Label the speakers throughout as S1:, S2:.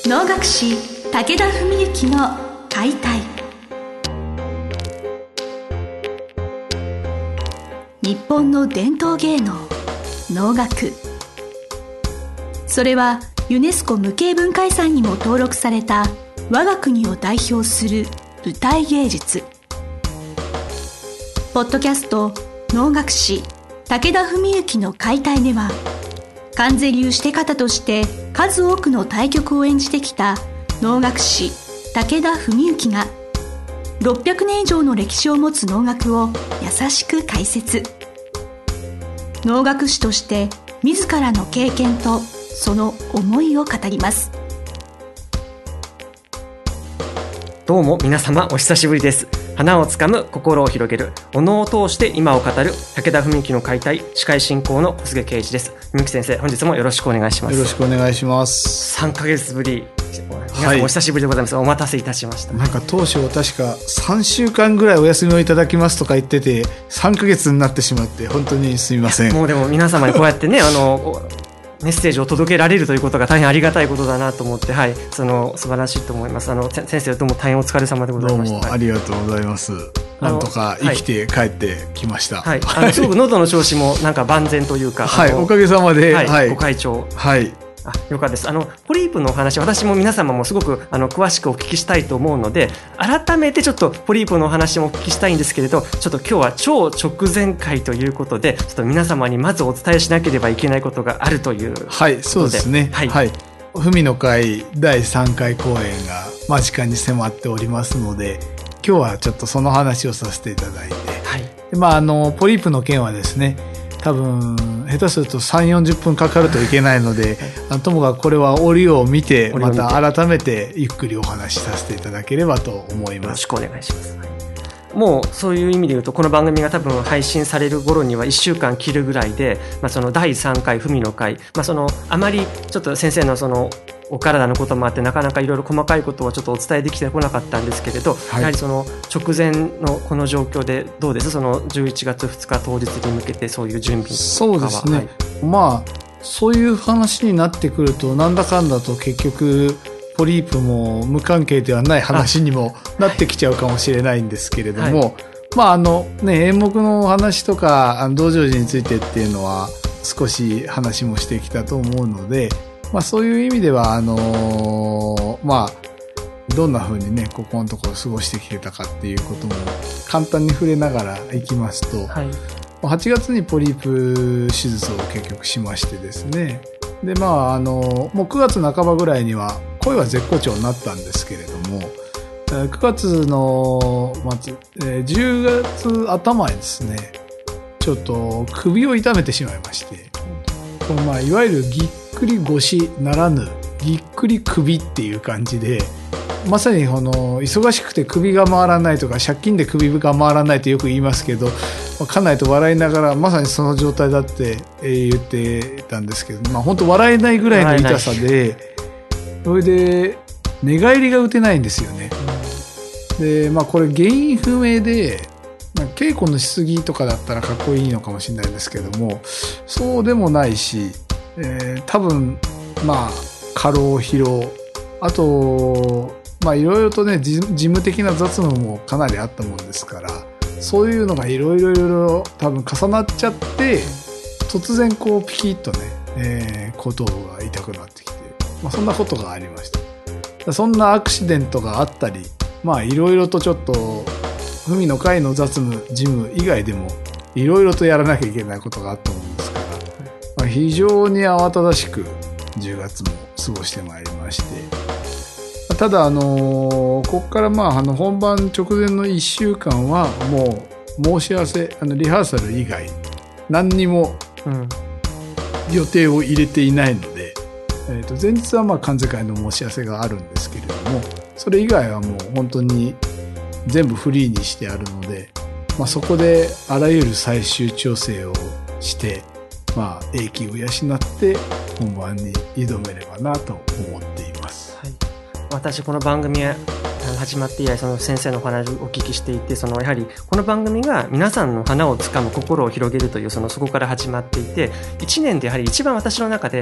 S1: 能楽師武田文幸の解体。日本の伝統芸能能楽、それはユネスコ無形文化遺産にも登録された我が国を代表する舞台芸術。ポッドキャスト能楽師武田文幸の解体では、観世流して方として数多くの大曲を演じてきた能楽師武田文幸が600年以上の歴史を持つ能楽を優しく解説。能楽師として自らの経験とその思いを語ります。
S2: どうも皆様お久しぶりです。花をつかむ、心を広げる、お能を通して今を語る武田文幸の解体、司会進行の小菅圭一です。文幸先生、本日もよろしくお願いします。
S3: よろしくお願いします。
S2: 3ヶ月ぶり、皆さんお久しぶりでございます、お待たせいたしました。
S3: なんか当初確か3週間ぐらいお休みをいただきますとか言ってて、3ヶ月になってしまって本当にすみません。
S2: もうでも皆様にこうやってねメッセージを届けられるということが大変ありがたいことだなと思って、はい、素晴らしいと思います。先生、どうも大変お疲れ様でございました。
S3: どうもありがとうございます。なんとか生きて帰ってきました。
S2: はいはい、すごく喉の調子もなんか万全というか、
S3: はい、おかげさまで、
S2: はい、ご会長、
S3: はい、
S2: よかったです。ポリープのお話、私も皆様もすごく詳しくお聞きしたいと思うので、改めてちょっとポリープのお話もお聞きしたいんですけれど、ちょっと今日は超直前回ということで、ちょっと皆様にまずお伝えしなければいけないことがあるということで。
S3: はい、そうですね。はい、はい、文の会第3回公演が間近に迫っておりますので、今日はちょっとその話をさせていただいて、はい、でポリープの件はですね、多分下手すると3、40分かかるといけないので、ともかくこれは折を見て、また改めてゆっくりお話しさせていただければと思います。
S2: よろしくお願いします。はい、もうそういう意味で言うと、この番組が多分配信される頃には1週間切るぐらいで、その第3回文の会、あまりちょっと先生のお体のこともあって、なかなかいろいろ細かいことはちょっとお伝えできてこなかったんですけれど、はい、やはりその直前のこの状況でどうです？その11月2日当日に向けてそういう準備とかは。
S3: そうですね、はい、そういう話になってくると、なんだかんだと結局ポリープも無関係ではない話にもなってきちゃうかもしれないんですけれども、はい、演目のお話とか道成寺についてっていうのは少し話もしてきたと思うので、そういう意味ではどんな風にね、ここのところ過ごしてきてたかっていうことも簡単に触れながらいきますと、はい、8月にポリープ手術を結局しましてですね、でもう9月半ばぐらいには声は絶好調になったんですけれども、9月の末、10月頭にですね、ちょっと首を痛めてしまいまして、いわゆるぎっくり腰ならぬぎっくり首っていう感じで、まさに忙しくて首が回らないとか、借金で首が回らないってよく言いますけど、家内と笑いながらまさにその状態だって言ってたんですけど、本当笑えないぐらいの痛さで、それで寝返りが打てないんですよね。で、これ原因不明で、稽古のしすぎとかだったらかっこいいのかもしれないですけども、そうでもないし、多分過労疲労、あといろいろとね、事務的な雑務もかなりあったもんですから、そういうのがいろいろ多分重なっちゃって、突然ピキッとね、後頭部が痛くなってきて、そんなことがありました。そんなアクシデントがあったり、いろいろとちょっと文の会の雑務事務以外でもいろいろとやらなきゃいけないことがあったもんですから、非常に慌ただしく10月も過ごしてまいりまして、ただここから本番直前の1週間はもう申し合わせ、リハーサル以外何にも予定を入れていないので、前日は観世会の申し合わせがあるんですけれども、それ以外はもう本当に全部フリーにしてあるので、そこであらゆる最終調整をして、英気を養って本番に挑めればなと思っています。
S2: はい、私この番組始まって以来、その先生のお話をお聞きしていて、やはりこの番組が皆さんの花をつかむ、心を広げるというそこから始まっていて、1年でやはり一番私の中で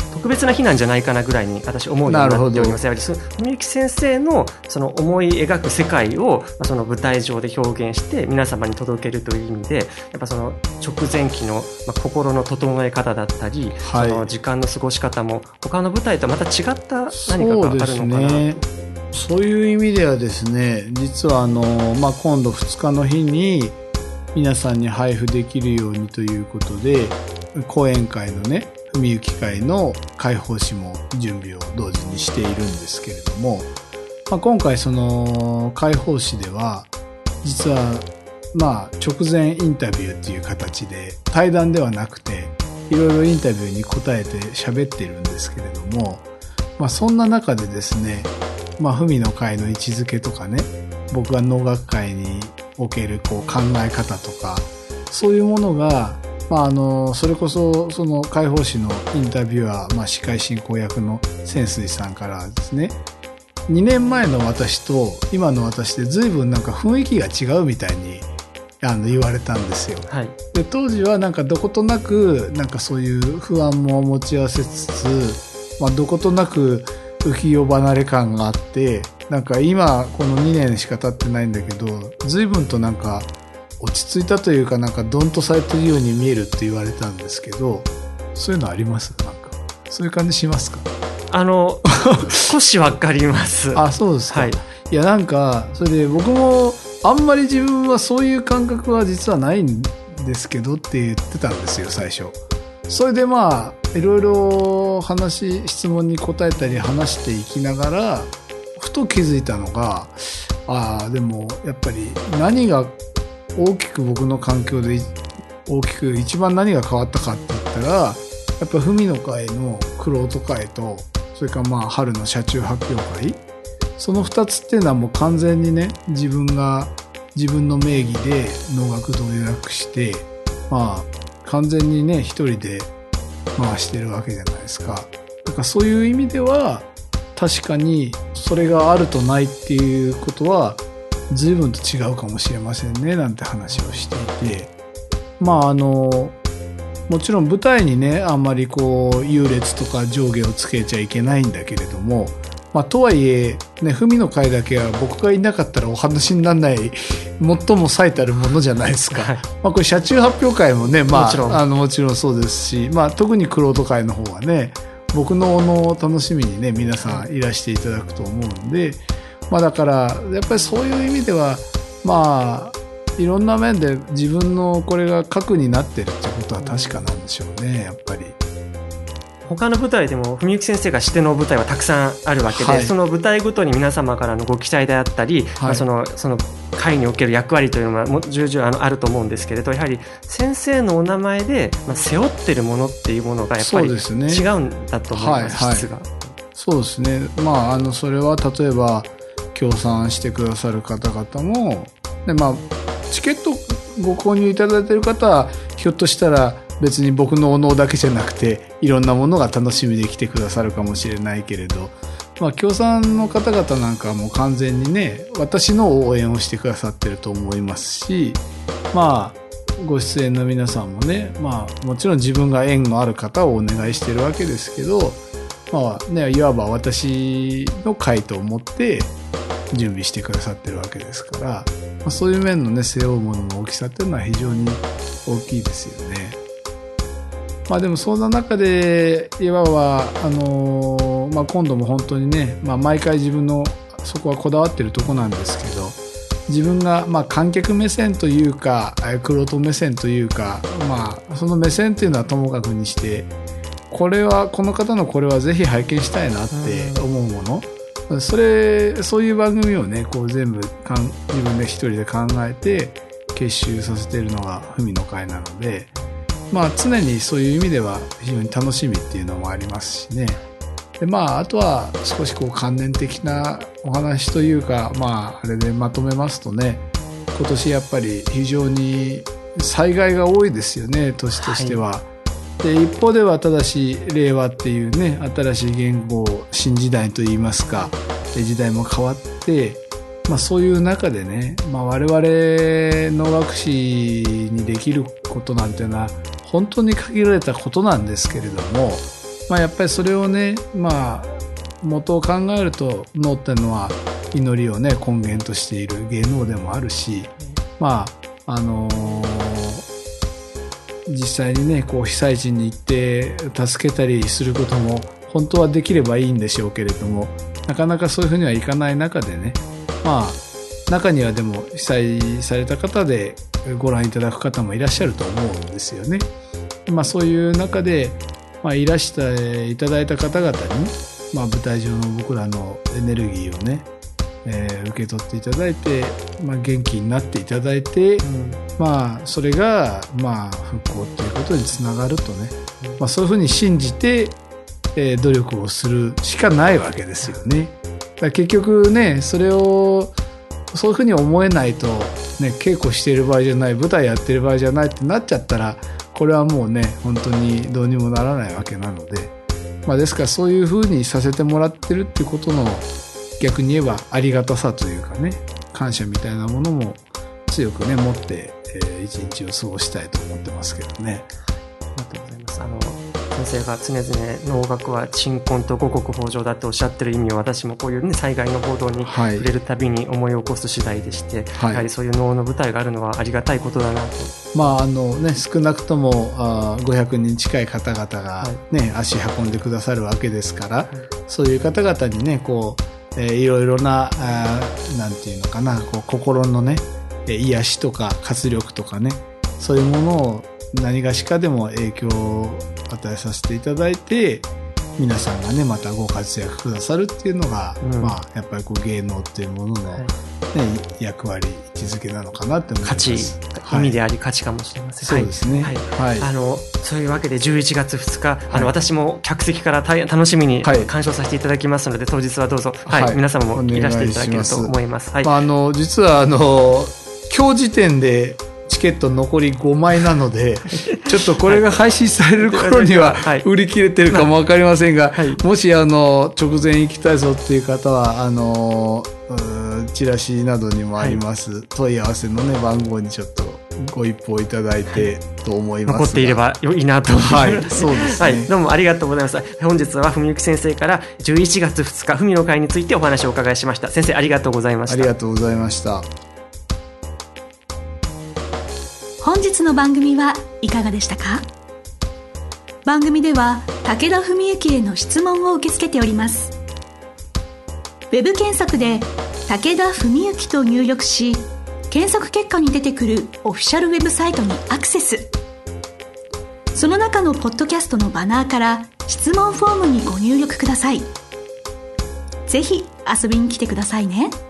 S2: 特別な日なんじゃないかなぐらいに私思うようになっております。やはり文幸先生のその思い描く世界をその舞台上で表現して皆様に届けるという意味で、やっぱその直前期の心の整え方だったり、その時間の過ごし方も他の舞台とはまた違った何かがあるのかな。
S3: そういう意味ではですね、実は今度2日の日に皆さんに配布できるようにということで、講演会のね、文幸会の開放誌も準備を同時にしているんですけれども、今回その開放誌では実は直前インタビューっていう形で対談ではなくていろいろインタビューに答えて喋ってるんですけれども、そんな中でですね、文の会の位置づけとかね、僕が能楽会における考え方とか、そういうものがそれこそその開放誌のインタビュアー、司会進行役の泉水さんからですね、2年前の私と今の私で随分なんか雰囲気が違うみたいに言われたんですよ。
S2: はい、で
S3: 当時はなんかどことなくなんかそういう不安も持ち合わせつつ、どことなく浮世離れ感があって、なんか今この2年しか経ってないんだけど、随分となんか落ち着いたというか、なんかドンとされてるように見えるって言われたんですけど、そういうのあります？なんかそういう感じしますか？
S2: 少しわかります。
S3: あ、そうですか。
S2: はい。
S3: いや、なんかそれで僕もあんまり自分はそういう感覚は実はないんですけどって言ってたんですよ、最初。それでいろいろ質問に答えたり話していきながら、ふと気づいたのが、でもやっぱり何が大きく僕の環境で大きく一番何が変わったかって言ったら、やっぱ文の会の玄人会と、それから春の車中発表会、その2つっていうのはもう完全にね、自分の名義で能楽堂を予約して、完全にね一人で回してるわけじゃないですか。だからそういう意味では確かにそれがあるとないっていうことは随分と違うかもしれませんね、なんて話をしていて、もちろん舞台にねあんまり優劣とか上下をつけちゃいけないんだけれども、とはいえね、文の会だけは僕がいなかったらお話にならない最も最たるものじゃないですか。
S2: はい、
S3: これ車中発表会もね、
S2: もちろん
S3: そうですし、特に玄人会の方はね、僕のお楽しみにね皆さんいらしていただくと思うんで、だからやっぱりそういう意味ではいろんな面で自分のこれが核になってるってことは確かなんでしょうね、やっぱり。
S2: 他の舞台でも文幸先生がしての舞台はたくさんあるわけで、その舞台ごとに皆様からのご期待であったり、その会における役割というのはも重々あると思うんですけれど、やはり先生のお名前で背負ってるものっていうものがやっぱり違うんだと思います、質が。
S3: そうですね。それは例えば協賛してくださる方々もで、チケットご購入いただいている方はひょっとしたら別に僕のお能だけじゃなくていろんなものが楽しみで来てくださるかもしれないけれど、協賛の方々なんかはもう完全にね私の応援をしてくださってると思いますし、ご出演の皆さんもね、もちろん自分が縁のある方をお願いしてるわけですけど、いわば私の会と思って準備してくださってるわけですから、そういう面のね背負うものの大きさっていうのは非常に大きいですよね。でもそんな中でいわば今度も本当にね、毎回自分のそこはこだわってるとこなんですけど、自分が観客目線というか玄人目線というか、その目線っていうのはともかくにして、この方のこれはぜひ拝見したいなって思うもの、そういう番組をね全部自分で一人で考えて結集させているのが文の会なので、常にそういう意味では非常に楽しみっていうのもありますしね。であとは少し観念的なお話というか、あれでまとめますとね、今年やっぱり非常に災害が多いですよね、年としては。で一方ではただし令和っていうね新しい言語新時代といいますか、時代も変わって、そういう中でね、我々能楽師にできることなんていうのは本当に限られたことなんですけれども、 やっぱりそれをね、元を考えると能っていうのは祈りをね根源としている芸能でもあるし、実際にねこう被災地に行って助けたりすることも本当はできればいいんでしょうけれども、なかなかそういうふうにはいかない中でね、中にはでも被災された方でご覧いただく方もいらっしゃると思うんですよね。そういう中で、いらしていただいた方々に、舞台上の僕らのエネルギーをね、受け取っていただいて、元気になっていただいて、それが復興ということにつながるとね、そういうふうに信じて、努力をするしかないわけですよね。だから結局ね、それをそういうふうに思えないと、ね、稽古している場合じゃない、舞台やってる場合じゃないってなっちゃったら、これはもうね本当にどうにもならないわけなので、ですからそういうふうにさせてもらってるっていうことの逆に言えばありがたさというかね、感謝みたいなものも強くね持って、一日を過ごしたいと思ってますけどね。
S2: ありがとうございます。先生が常々能楽は鎮魂と五穀豊穣だっておっしゃってる意味を、私もこういう、災害の報道に触れるたびに思い起こす次第でして、やはりそういう能の舞台があるのはありがたいことだなと。
S3: 少なくとも500人近い方々が、足運んでくださるわけですから、そういう方々にねこう、いろいろななんていうのかな、こう心のね癒しとか活力とかね、そういうものを何がしかでも影響を与えさせていただいて、皆さんがねまたご活躍くださるっていうのが、やっぱりこう芸能っていうものの、役割位置づけなのかなって思います。
S2: 意味であり価値かもしれません。
S3: そうですね。
S2: そういうわけで11月2日、私も客席から楽しみに鑑賞させていただきますので、当日はどうぞ、皆様もいらしていただけると思います。
S3: 実は今日時点でチケット残り5枚なのでちょっとこれが配信される頃には売り切れてるかも分かりませんが、もし直前行きたいぞっていう方はチラシなどにもあります、問い合わせのね番号にちょっとご一報いただいてと思いますが、
S2: 残っていればいいなと思います。
S3: そうですね。
S2: どうもありがとうございます。本日は文幸先生から11月2日文の会についてお話をお伺いしました。先生ありがとうございました。
S3: ありがとうございました。
S1: 本日の番組はいかがでしたか？番組では武田文幸への質問を受け付けております。ウェブ検索で武田文幸と入力し、検索結果に出てくるオフィシャルウェブサイトにアクセス。その中のポッドキャストのバナーから質問フォームにご入力ください。ぜひ遊びに来てくださいね。